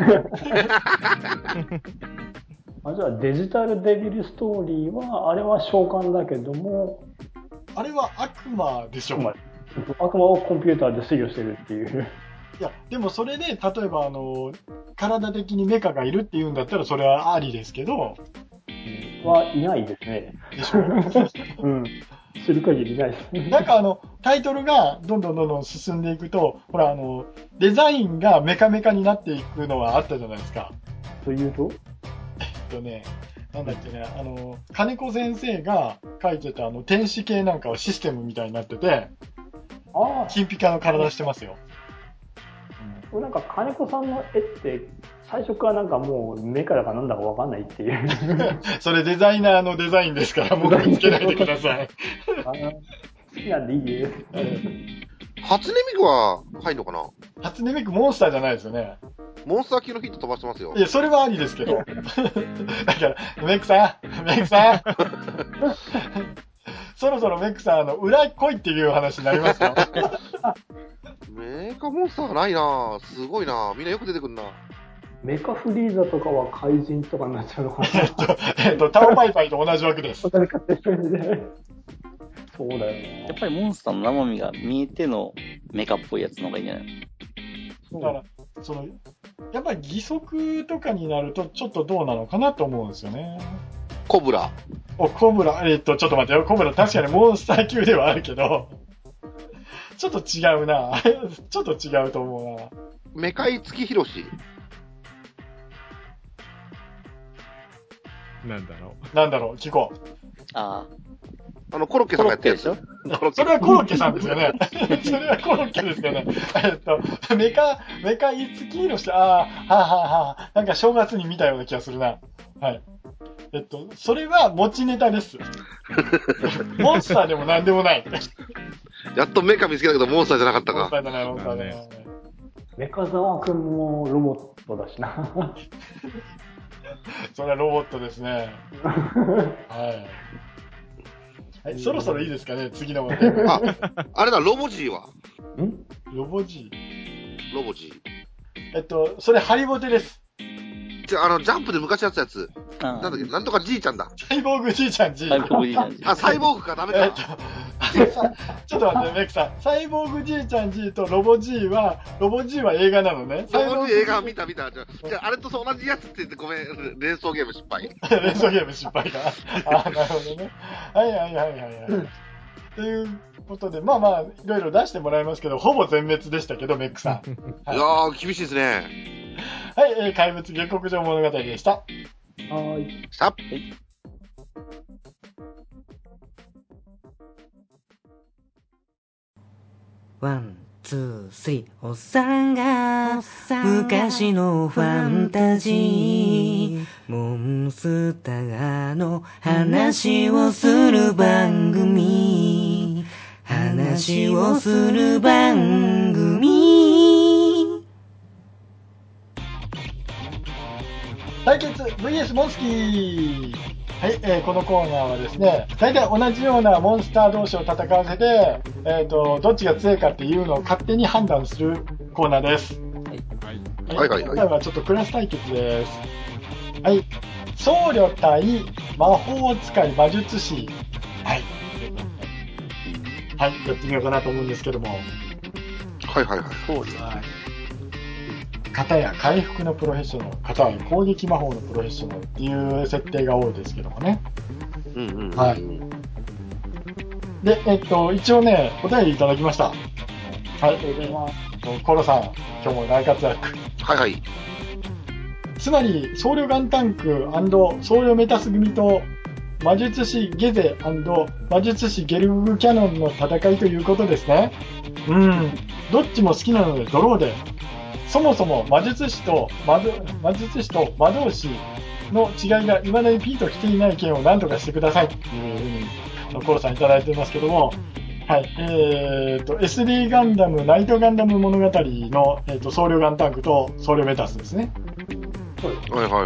あ、じゃあデジタルデビルストーリーは、あれは召喚だけども、 あれは悪魔でしょ。 悪魔をコンピューターで制御してるっていう。 いや、でもそれで、例えばあの、体的にメカがいるっていうんだったらそれはありですけど、 はいないですね。 でしょうん。知る限りいないです。 なんかあの、タイトルがどんどんどんどん進んでいくと、ほらあの、デザインがメカメカになっていくのはあったじゃないですか。 というとえっとね、なんだっけね、あの、金子先生が書いてたあの、天使系なんかはシステムみたいになってて、 ああ。 金ピカの体してますよ。 これなんか金子さんの絵って最初からなんかもうメカだかなんだかわかんないっていうそれデザイナーのデザインですから文句つけないでください。 あ好きなんでいいです。 初音ミクは入んのかな。 初音ミクモンスターじゃないですよね。 モンスター級のヒット飛ばしてますよ。 いや、それはありですけど。だから、メックさん、メックさん。そろそろメックさん、あの、裏来いっていう話になりますよ。 メカモンスターがないなぁ。すごいなぁ。みんなよく出てくるな。 メカフリーザとかは怪人とかになっちゃうのかな。 えっと、えっと、タオパイパイと同じ枠です。 そうだよね。 やっぱりモンスターの生身が見えてのメカっぽいやつの方がいいんじゃないだから、その、やっぱり義足とかになるとちょっとどうなのかなと思うんですよね。 コブラ。 お、コブラ、えっと、ちょっと待ってよ。コブラ確かにモンスター級ではあるけど、ちょっと違うな。ちょっと違うと思うな。 メカイ月ヒロシ。 なんだろなんだろう、聞こう。 ああの、コロッケさんがやってるやつ。 コロッケそれはコロッケさんですよね。それはコロッケですよね。えっと、メカ、メカいつき色して、ああ、はあ、はあ、はあ、なんか正月に見たような気がするな。はい。えっと、それは持ちネタです。モンスターでもなんでもない。 やっとメカ見つけたけど、モンスターじゃなかったか。 モンスターじゃない、モンスターじゃない。 メカザワ君もロボットだしな。 それはロボットですね。はい。はい、そろそろいいですかね、次の問題。 あ、あれだ、ロボジーは。 んロボジーロボジー。 えっと、それハリボテです。 じゃあ、の、ジャンプで昔やってたやつ。なんだっけ、なんとかじいちゃんだ。 サイボーグじいちゃんじい。 サイボーグじいちゃんじい。 あ、サイボーグか、ダメか。 えっと、ちょっと待って、メクさん。サイボーグじいちゃんじいとロボじいは、ロボじいは映画なのね。 ロボじい映画見た見た。じゃあ、じゃあ、あれと同じやつって言ってごめん、連想ゲーム失敗。 連想ゲーム失敗か。あ、なるほどね。はいはいはいはいはい。ということで、まあまあ、いろいろ出してもらいますけど、ほぼ全滅でしたけど、メックさん。 はい、いやー、厳しいですね。 はい、えー、怪物下克上物語でした。 はい。 さっ。 ワン、ツー、スリー。おっさんが昔のファンタジー、モンスターの話をする番組、話をする番組。 対決 ブイエス モンスキー。はい、えー、このコーナーはですね、大体同じようなモンスター同士を戦わせて、えっと、どっちが強いかっていうのを勝手に判断するコーナーです。はい。はい、はい、はい。今回はちょっとクラス対決です。はい。僧侶対魔法使い魔術師。はい。はい、やってみようかなと思うんですけども。 はいはいはい。 僧侶。 はい。片や回復のプロフェッショナル、片や攻撃魔法のプロフェッショナルっていう設定が多いですけどもね。 うんうん、うん。 はい。で、えっと、一応ね、お便りいただきました。はい。ありがとうございます。コロさん、今日も大活躍。 はいはい。 つまり、僧侶ガンタンク&僧侶メタス組と、魔術師ゲゼ&魔術師ゲルグキャノンの戦いということですね。うん。どっちも好きなのでドローで。そもそも魔術師と魔魔術師と魔導士の違いが未だにピンと来ていない件を何とかしてくださいっていうふうにコロさんいただいてますけども、はい、えーと エスディー ガンダムナイトガンダム物語の、えーと僧侶ガンタンクと僧侶メタスですね。 はいはいはいはい。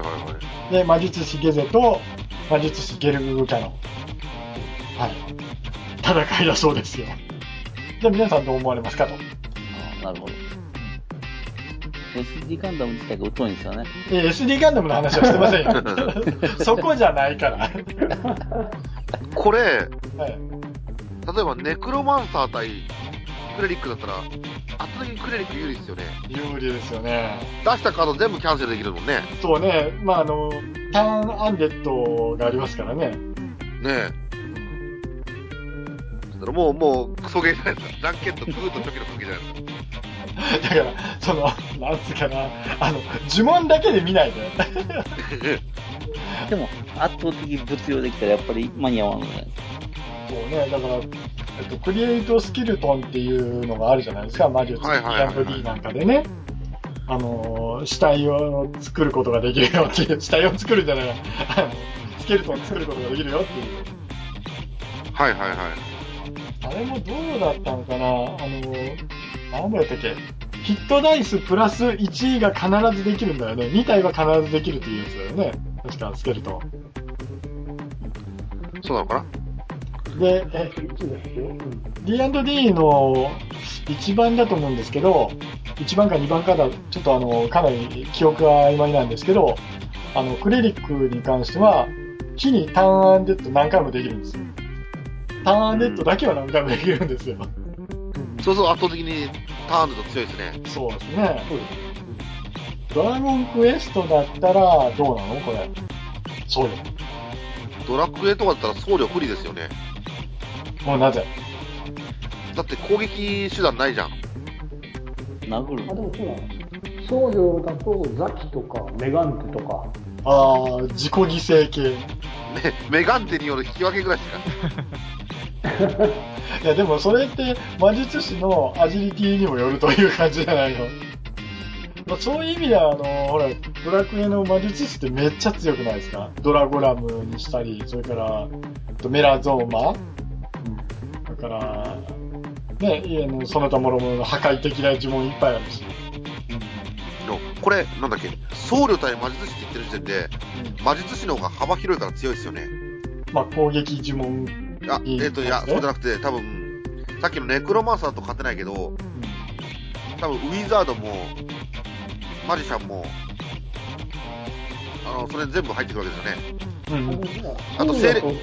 で魔術師ゲゼと魔術師ゲルググキャノン、はい、戦いだそうですよ。じゃあ皆さんどう思われますかと。 あ、なるほど。エスディー ガンダム自体が疎いんですよね。 えー、エスディー ガンダムの話はしてませんよ。そこじゃないから。 これ、 はい、 例えばネクロマンサー対クレリックだったら、圧倒的にクレリック有利ですよね。 有利ですよね。 出したカード全部キャンセルできるもんね。 そうね。まあ、あの、ターンアンデッドがありますからね。 ねえ。だからもう、もう、クソゲーじゃないですか。じゃんけんとグーとチョキの関係じゃないですか。 だから、その、なんつうかな、あの、呪文だけで見ないで。 でも、圧倒的物用できたらやっぱり間に合わないじゃないですか。 そうね、だから、えっと、クリエイトスキルトンっていうのがあるじゃないですか、魔術 ディーアンドディー なんかでね。あの、死体を作ることができるよっていう、死体を作るんじゃない、あの、スケルトンを作ることができるよっていう。 はいはいはい。 あれもどうだったのかな、あの、何だったっけ、ヒットダイスプラスいちが必ずできるんだよね。に体は必ずできるっていうやつだよね。確か、スケルトン。 そうなのかな。 で、え、ディーアンドディー のいちばんだと思うんですけど、いちばんかにばんかだ、ちょっとあの、かなり記憶が曖昧なんですけど、あの、クレリックに関しては、火にターンアンデッド何回もできるんですよ。ターンアンデッドだけは何回もできるんですよ。 そうそう、圧倒的にターンアンデッド強いですね。 そうですね。ドラゴンクエストだったら、どうなのこれ。僧侶。 ドラクエとかだったら僧侶不利ですよね。 もうなぜ？ だって攻撃手段ないじゃん。 殴る。 あ、でもそうなの。僧侶だとザキとかメガンテとか。 ああ、自己犠牲系。 ね、メガンテによる引き分けぐらいしか。 いやでもそれって魔術師のアジリティにもよるという感じじゃないの。まあ、そういう意味ではあのほらドラクエの魔術師ってめっちゃ強くないですか。ドラゴラムにしたり、それからメラゾーマ、だからね、家のその他諸々の破壊的な呪文いっぱいあるし。 これなんだっけ、僧侶対魔術師って言ってる時点で、うん、魔術師の方が幅広いから強いですよね。 まあ攻撃呪文。 あ、えっ、ー、と、いや、そうじゃなくて、多分、さっきのネクロマンサーと勝てないけど、うん、多分、ウィザードも、マジシャンも、あの、それ全部入ってくるわけですよね。うん。あと、精霊、うん、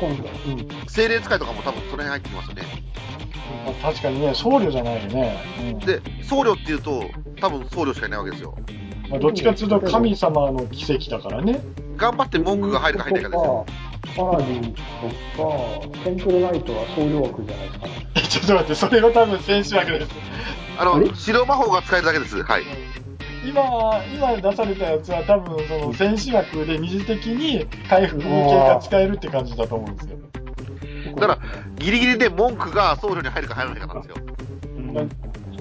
精霊使いとかも多分その辺入ってきますよね。 まあ、確かにね、僧侶じゃないよね。 うん、で、僧侶っていうと、多分僧侶しかいないわけですよ。 まあ、どっちかっていうと神様の奇跡だからね。 頑張って文句が入るか入らないかですよ。 パラディンとか、テンプルナイトは僧侶枠じゃないですかね。 ちょっと待って、それは多分戦士枠です。 あの、白魔法が使えるだけです。はい。 今、今出されたやつは多分その戦士枠で二次的に回復系が使えるって感じだと思うんですよ。 だから、ギリギリで文句が僧侶に入るか入らないかなんですよ。 うん、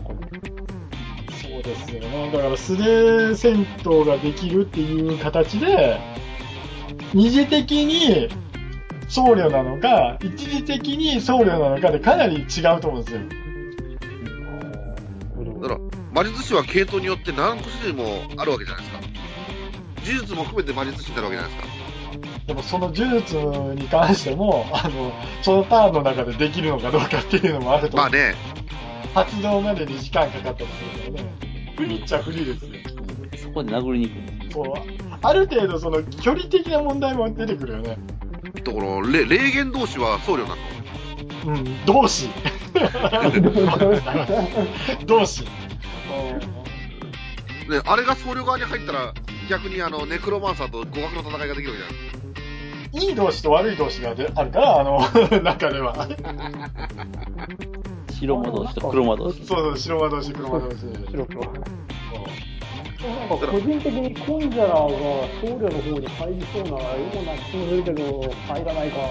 ですよね。だから素で戦闘ができるっていう形で、二次的に僧侶なのか、一時的に僧侶なのかでかなり違うと思うんですよ。 だから、魔術師は系統によって何個種類もあるわけじゃないですか。呪術も含めて魔術師になるわけじゃないですか。 でもその呪術に関しても、あの、そのターンの中でできるのかどうかっていうのもあると思う。まあね。発動までに時間かかったりするからね。不利っちゃ不利ですよ。 そこで殴りに行く。 そう。ある程度その距離的な問題も出てくるよね。 だから、霊言同士は僧侶なの？ うん、同士。同士。 ね、あれが僧侶側に入ったら、逆にあの、ネクロマンサーと互角の戦いができるわけじゃん。いい同士と悪い同士がであるから、あの、中では。 白魔同士と黒魔同士。 そうそう、白魔同士、黒魔同士。白黒。 なんか個人的にコンジャラーが僧侶の方に入りそうなような気もするけど、入らないか。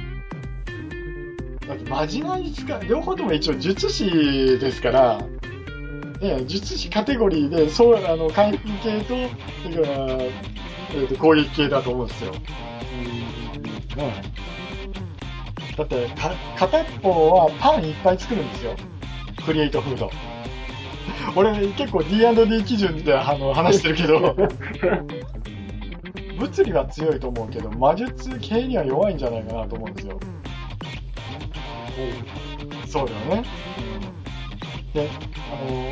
だって、まじない使う、両方とも一応術師ですから、ね、術師カテゴリーで、そう、あの、回復系と、それから、えーと、攻撃系だと思うんですよ。うん、ね。だって、か、片っ方はパンいっぱい作るんですよ。クリエイトフード。俺、結構 ディーアンドディー 基準であの話してるけど、物理は強いと思うけど、魔術系には弱いんじゃないかなと思うんですよ。そうだよね。うん、で、あの、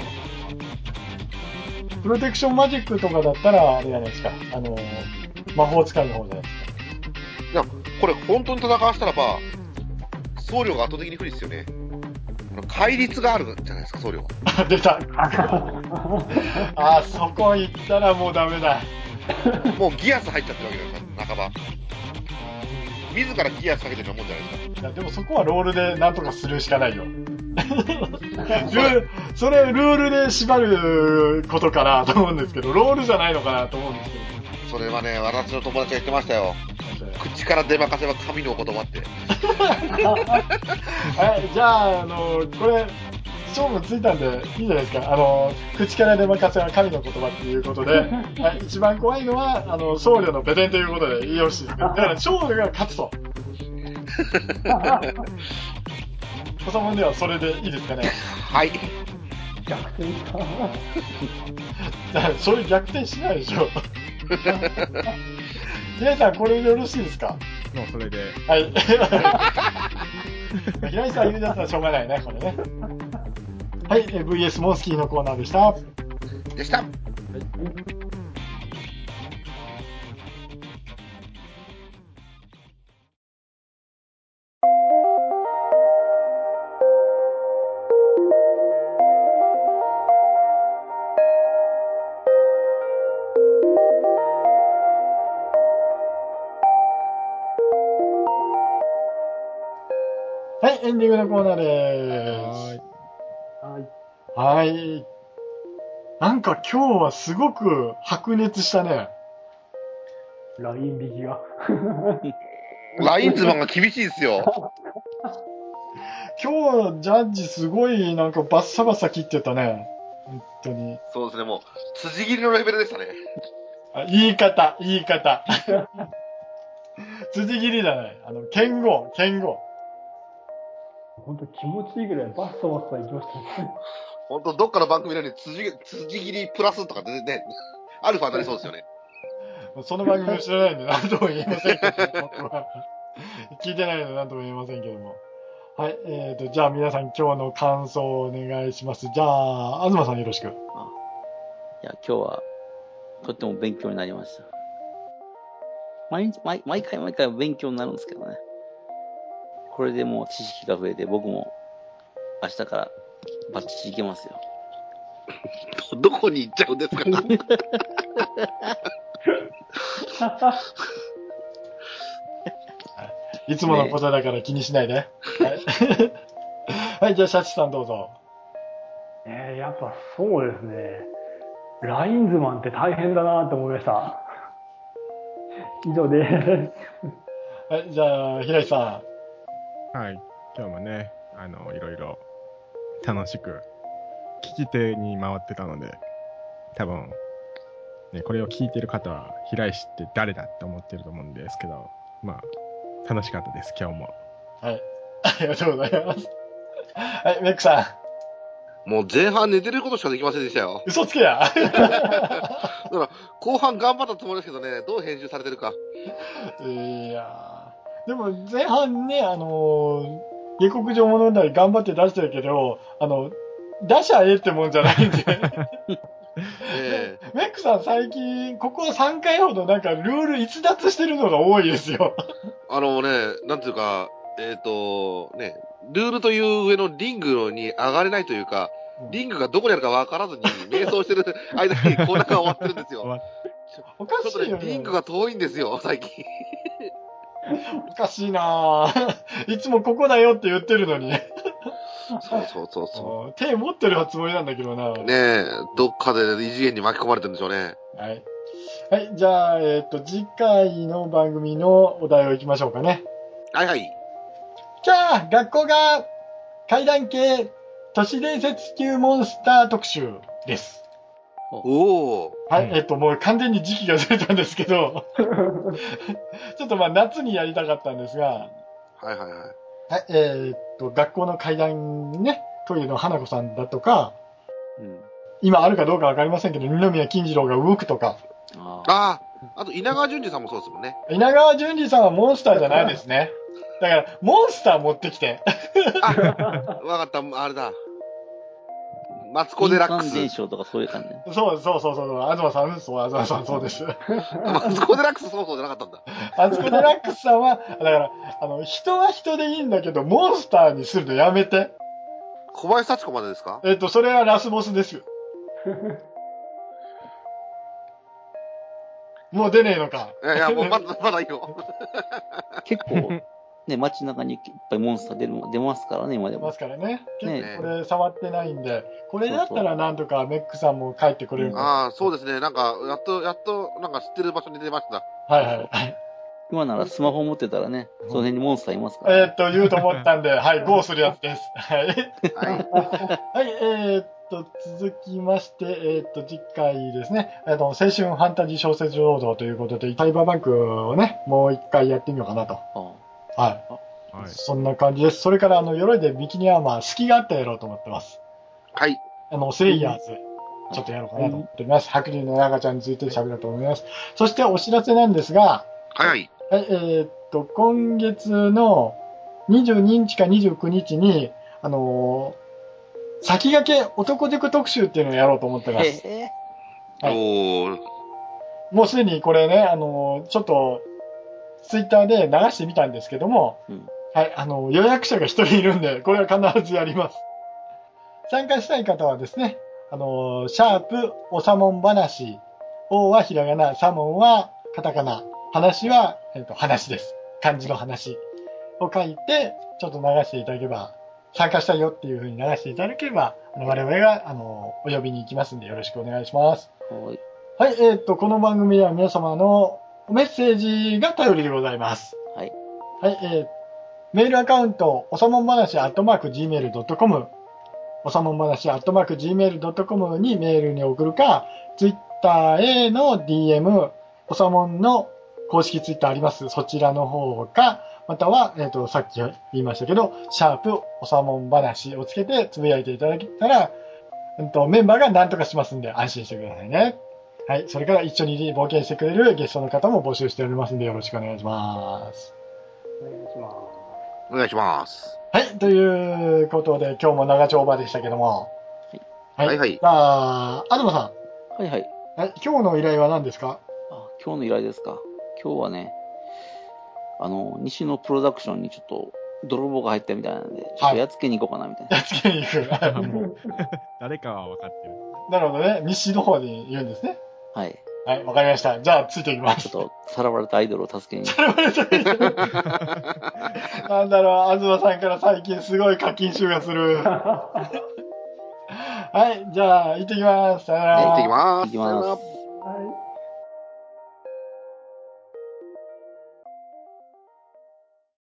プロテクションマジックとかだったら、あれじゃないですか。あの、魔法使いの方じゃないですか。 いや、これ本当に戦わせたらば、僧侶が圧倒的に不利ですよね。戒律があるじゃないですか、僧侶は。 出た。あ、そこ行ったらもうダメだ。 もうギアス入っちゃってるわけじゃないですか、半ば。自らギアスかけてるようなもんじゃないですか。 いや、でもそこはロールでなんとかするしかないよ。ルーそれルールで縛ることかなと思うんですけど、ロールじゃないのかなと思うんですけど。 それはね、私の友達が言ってましたよ。口から出まかせは神のお言葉って。 はい、じゃあ、あの、これ、勝負ついたんでいいじゃないですか。あの、口から出まかせは神の言葉っていうことで、はい、一番怖いのは、あの、僧侶のベテンということでよろしいですか。だから僧侶が勝つと。おさもんではそれでいいですかね。 はい。 逆転した。 だからそれ逆転しないでしょ。平井さん、これでよろしいですか？ もうそれで。 はい。平井さん言うだったらしょうがないね、これね。はい、ブイエス モンスキーのコーナーでした。 でした。はい。 はい、エンディングのコーナーでーす。 はい。 はい。なんか今日はすごく白熱したね。 ライン引きが。 ラインズマンが厳しいですよ。 今日ジャッジすごいなんかバッサバサ切ってたね。本当に。 そうですね、もう、辻切りのレベルでしたね。 あ、言い方、言い方。辻切りじゃない。あの、剣豪、剣豪。 本当気持ちいいぐらいバッサバッサいきましたね。 本当どっかの番組なのに辻、辻切りプラスとかでね、アルファになりそうですよね。 その番組を知らないんで何とも言えませんけど、聞いてないので何とも言えませんけども。はい、えーと、じゃあ皆さん今日の感想をお願いします。じゃあ、東さんよろしく。あ、 いや、今日はとっても勉強になりました。毎日、毎毎回毎回勉強になるんですけどね。これでもう知識が増えて、僕も明日からバッチリいけますよ。 どこに行っちゃうんですか？ いつものことだから気にしないで。ね、はい、はい、じゃあシャチさんどうぞ。 えー、やっぱそうですね。ラインズマンって大変だなって思いました。以上です。 はい、じゃあ平井さん。 はい、今日もね、あのいろいろ楽しく聞き手に回ってたので、多分、ね、これを聞いてる方は、平石って誰だって思ってると思うんですけど、まあ、楽しかったです、今日も。 はい。ありがとうございます。はい、メックさん。もう前半寝てることしかできませんでしたよ。 嘘つけや。だから、後半頑張ったつもりですけどね、どう編集されてるか。 いやー、でも前半ね、あのー、下克上物語頑張って出してるけど、あの、出しゃええってもんじゃないんで。えー、メックさん最近、ここさんかいほどなんかルール逸脱してるのが多いですよ。 あのね、なんていうか、えっ、ー、と、ね、ルールという上のリングに上がれないというか、リングがどこにあるか分からずに、瞑想してる間にコーナーが終わってるんですよ。 おかしいよね。 ちょっとね、リングが遠いんですよ、最近。 おかしいなぁ。いつもここだよって言ってるのに。 そうそうそうそう。 手持ってるつもりなんだけどな。 ねえ、どっかで異次元に巻き込まれてるんでしょうね。 はい。はい、じゃあ、えっと、次回の番組のお題をいきましょうかね。 はいはい。 じゃあ、学校が怪談系都市伝説級モンスター特集です。 おー。 はい、えっと、もう完全に時期がずれたんですけど、ちょっとまあ夏にやりたかったんですが、 はいはいはい。 はい、えー、っと、学校の怪談ね、というの花子さんだとか、うん、今あるかどうかわかりませんけど、二宮金次郎が動くとか。 ああ、あと稲川淳二さんもそうですもんね。 稲川淳二さんはモンスターじゃないですね。だから、モンスター持ってきて。 あ、わかった、あれだ。マツコデラックス。 現象とかそういう感じ。 そうそうそうそう、東さん、そう、東さん、そうです。 マツコデラックスそうそうじゃなかったんだ。 マツコデラックスさんは、だから、あの、人は人でいいんだけど、モンスターにするのやめて。 小林幸子までですか？ えっと、それはラスボスです。もう出ねえのか。 いやいや、もうまだ、まだいいよ。 結構、ね、街中にいっぱいモンスター出る、出ますからね、今でも。 出ますからね。 ね結構これ触ってないんで、これだったらなんとかメックさんも帰ってくれるかな。 ああ、そうですね。なんか、やっと、やっと、なんか知ってる場所に出ました。 はいはいはい。 今ならスマホ持ってたらね、その辺にモンスターいますから、 ね。えー、っと、言うと思ったんで、はい、ゴーするやつです。はい。はい。はい、えー、っと、続きまして、えー、っと、次回ですね、あの、青春ファンタジー小説労働ということで、サイバーバンクをね、もう一回やってみようかなと。はい。はい、そんな感じです。それから、あの、鎧でビキニアーマー、隙があってやろうと思ってます。 はい。 あの、スレイヤーズ、ちょっとやろうかなと思っております。白竜の長ちゃんについて喋ろうと思います。そしてお知らせなんですが、 はいはい。 はい、えー、っと、今月のにじゅうににちかにじゅうくにちに、あのー、先駆け男塾特集っていうのをやろうと思ってます。 えー、はい、おもうすでにこれね、あのー、ちょっと、ツイッターで流してみたんですけども、うん、はい、あのー、予約者がひとりいるんで、これは必ずやります。参加したい方はですね、あのー、シャープ、おさもん話、おはひらがな、さもんはカタカナ、話は、えっと、話です。漢字の話を書いて、ちょっと流していただければ、参加したよっていう風に流していただければ、あの我々が、あの、お呼びに行きますんでよろしくお願いします。はい。はい、えー、っと、この番組では皆様のメッセージが頼りでございます。はい。はい、えー、メールアカウント、おさもん話アットマーク ジーメールドットコム、おさもん話アットマーク ジーメールドットコム にメールに送るか、ツイッターへの ディーエム、おさもんの公式ツイッターあります。そちらの方か、または、えっと、さっき言いましたけど、シャープ、おさもん話をつけてつぶやいていただけたら、うんと、メンバーが何とかしますんで安心してくださいね。はい。それから一緒に冒険してくれるゲストの方も募集しておりますんでよろしくお願いします。 お願いします。 お願いします。 はい。ということで、今日も長丁場でしたけども。 はい。はいはい。 じゃあ、東さん。はいはい。 はい。今日の依頼は何ですか？ あ、今日の依頼ですか。今日はね、あの、西のプロダクションにちょっと泥棒が入ったみたいなんで、ちょっとやっつけに行こうかなみたいな。 やっつけに行く。 もう誰かは分かってる。 なるほどね。西の方に言うんですね。 はい。 はい、わかりました。じゃあ、ついていきます。 ちょっと、さらわれたアイドルを助けに。 さらわれたアイドルなんだろう、東さんから最近すごい課金集がする。はい、じゃあ、行ってきます。さよなら。 行ってきます。 行ってきます。